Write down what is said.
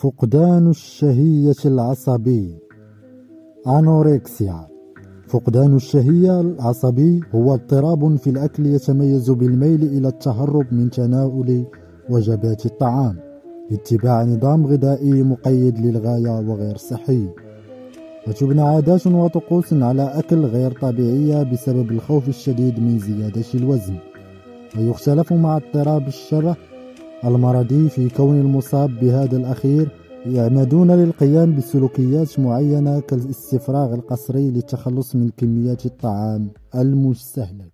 فقدان الشهية العصبي أنوركسيا. فقدان الشهية العصبي هو اضطراب في الأكل يتميز بالميل إلى التهرب من تناول وجبات الطعام لاتباع نظام غذائي مقيد للغاية وغير صحي، وتبنى عادات وطقوس على أكل غير طبيعية بسبب الخوف الشديد من زيادة الوزن. ويختلف مع اضطراب الشبه المرضي في كون المصاب بهذا الأخير يعمدون للقيام بسلوكيات معينة كالاستفراغ القسري للتخلص من كميات الطعام المستهلك.